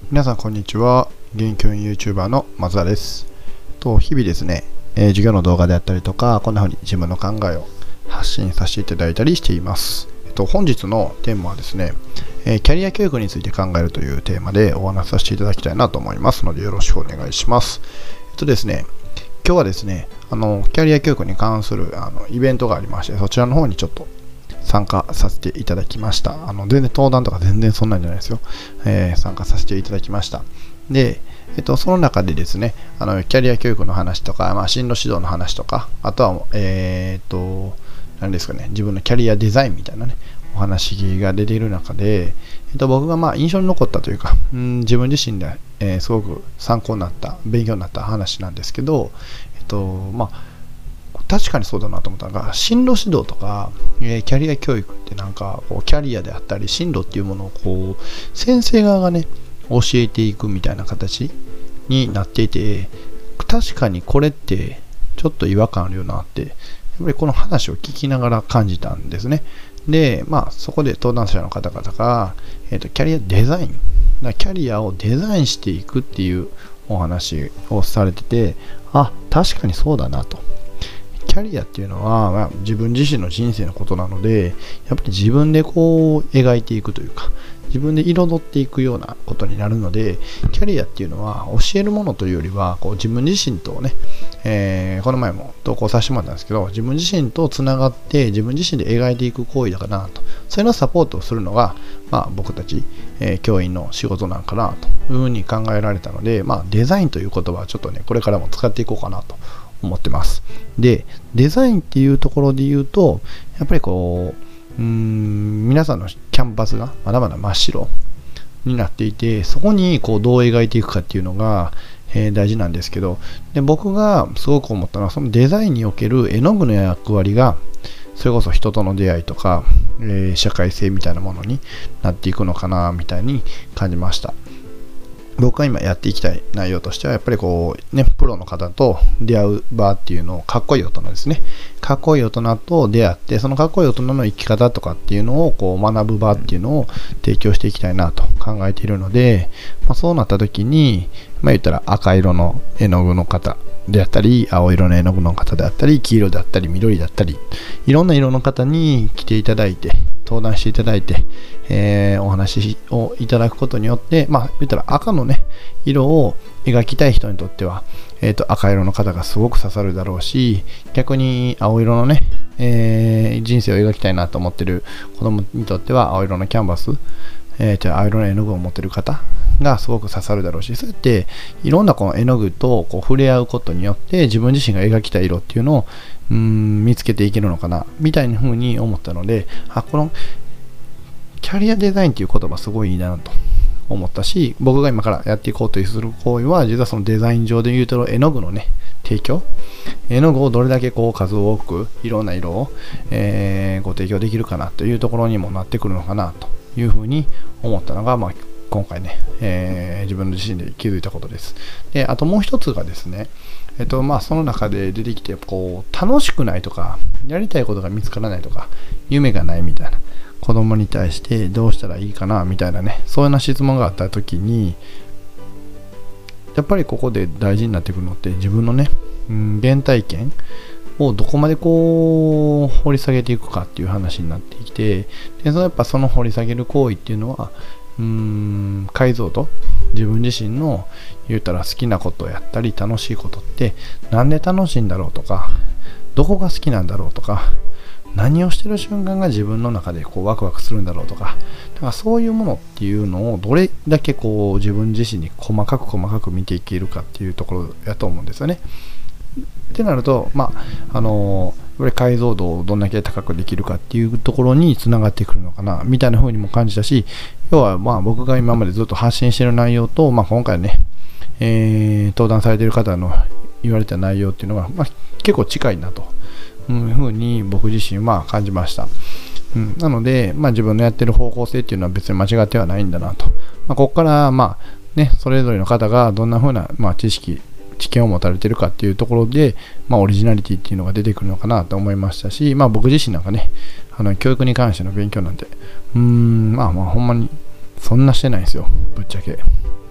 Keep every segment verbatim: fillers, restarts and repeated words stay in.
皆さんこんにちは。現教員 YouTuber の松田です。と日々ですね、えー授業の動画であったりとか、こんな風に自分の考えを発信させていただいたりしています。えっと、本日のテーマはですね、えーキャリア教育について考えるというテーマでお話しさせていただきたいなと思いますので、よろしくお願いします。えっとですね、今日はですね、あのキャリア教育に関するあのイベントがありまして、そちらの方にちょっと参加させていただきました。あの全然登壇とか全然そんなんじゃないですよ。えー参加させていただきました。で、えっと、その中でですね、あのキャリア教育の話とか、まあ、進路指導の話とか、あとは、えーっと、何ですかね、自分のキャリアデザインみたいなね、お話が出ている中で、えっと、僕がまあ印象に残ったというか、うん、自分自身で、えーすごく参考になった、勉強になった話なんですけど、えっと、まあ、確かにそうだなと思ったのが、進路指導とか、えーキャリア教育ってなんかこうキャリアであったり進路っていうものをこう先生側がね教えていくみたいな形になっていて、確かにこれってちょっと違和感あるよなって、やっぱりこの話を聞きながら感じたんですね。で、まあそこで登壇者の方々が、えーとキャリアデザイン、キャリアをデザインしていくっていうお話をされてて、あ、確かにそうだなと。キャリアっていうのは、まあ、自分自身の人生のことなので、やっぱり自分でこう描いていくというか、自分で彩っていくようなことになるので、キャリアっていうのは教えるものというよりは、こう自分自身とね、えーこの前も投稿させてもらったんですけど、自分自身とつながって自分自身で描いていく行為だからなと、それのサポートをするのが、まあ、僕たち、えー教員の仕事なんかなというふうに考えられたので、まあ、デザインという言葉はちょっとね、これからも使っていこうかなと思ってます。で、デザインっていうところで言うと、やっぱりこう、うーん、皆さんのキャンパスがまだまだ真っ白になっていて、そこにこうどう描いていくかっていうのが、えー大事なんですけど、で、僕がすごく思ったのは、そのデザインにおける絵の具の役割が、それこそ人との出会いとか、えー社会性みたいなものになっていくのかな、みたいに感じました。僕が今やっていきたい内容としては、やっぱりこう、ね、プロの方と出会う場っていうのを、かっこいい大人ですね。かっこいい大人と出会って、そのかっこいい大人の生き方とかっていうのをこう学ぶ場っていうのを提供していきたいなと考えているので、まあ、そうなった時に、まあ言ったら赤色の絵の具の方であったり、青色の絵の具の方であったり、黄色であったり、緑だったり、いろんな色の方に来ていただいて、登壇していただいて、えーお話をいただくことによって、まあ言ったら赤のね、色を描きたい人にとっては、えーと赤色の方がすごく刺さるだろうし、逆に青色のね、えー人生を描きたいなと思ってる子供にとっては、青色のキャンバス、えーと青色の絵の具を持ってる方がすごく刺さるだろうし、そうやっていろんなこの絵の具とこう触れ合うことによって自分自身が描きたい色っていうのをうーん見つけていけるのかなみたいな風に思ったので、あ、このキャリアデザインっていう言葉すごいいいなと思ったし、僕が今からやっていこうとする行為は、実はそのデザイン上で言うと絵の具のね、提供、絵の具をどれだけこう数多くいろんな色を、えーご提供できるかなというところにもなってくるのかなというふうに思ったのが、まあ、今回ね、えー自分自身で気づいたことです。で、あともう一つがですね、えっとまあ、その中で出てきてこう楽しくないとか、やりたいことが見つからないとか、夢がないみたいな子供に対してどうしたらいいかなみたいなね、そういうな質問があった時に、やっぱりここで大事になってくるのって自分のね、うん、原体験をどこまでこう掘り下げていくかっていう話になってきて、でそのやっぱその掘り下げる行為っていうのは、うーん解像度、自分自身の言うたら好きなことをやったり楽しいことってなんで楽しいんだろうとか、どこが好きなんだろうとか、何をしてる瞬間が自分の中でこうワクワクするんだろうとか、だからそういうものっていうのをどれだけこう自分自身に細かく細かく見ていけるかっていうところやと思うんですよね。ってなると、まああのやっぱり解像度をどんだけ高くできるかっていうところにつながってくるのかなみたいな風にも感じたし、要はまあ僕が今までずっと発信している内容と、まあ、今回ね、えー、登壇されている方の言われた内容っていうのが、まあ、結構近いなというふうに僕自身は感じました。うん、なので、まあ、自分のやってる方向性っていうのは別に間違ってはないんだなと。まあ、ここからまあね、それぞれの方がどんな風な、まあ、知識知見を持たれてるかっていうところで、まあ、オリジナリティっていうのが出てくるのかなと思いましたし、まあ、僕自身なんかね、あの教育に関しての勉強なんてうーんまあまあほんまにそんなしてないんですよ、ぶっちゃけ。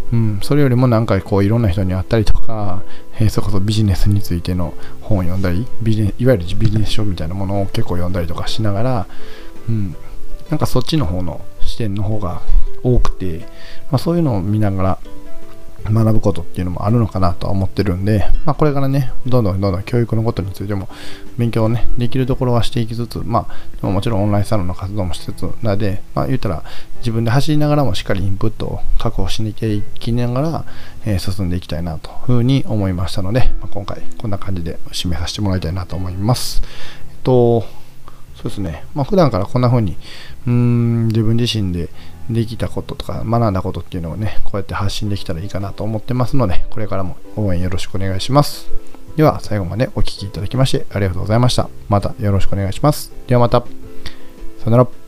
うん、それよりもなんかこういろんな人に会ったりとか、えー、それこそビジネスについての本を読んだり、ビジネいわゆるビジネス書みたいなものを結構読んだりとかしながら、うん、なんかそっちの方の視点の方が多くて、まあ、そういうのを見ながら学ぶことっていうのもあるのかなとは思ってるんで、まあ、これからね、どんどんどんどん教育のことについても勉強をね、できるところはしていきつつ、まあ、でももちろんオンラインサロンの活動もしつつなので、まあ、言ったら自分で走りながらもしっかりインプットを確保しにいきながら、えー、進んでいきたいなというふうに思いましたので、まあ、今回こんな感じで締めさせてもらいたいなと思います。えっと、そうですね、まあ、普段からこんな風にうーん自分自身でできたこととか学んだことっていうのをね、こうやって発信できたらいいかなと思ってますので、これからも応援よろしくお願いします。では最後までお聞きいただきましてありがとうございました。またよろしくお願いします。ではまた。さよなら。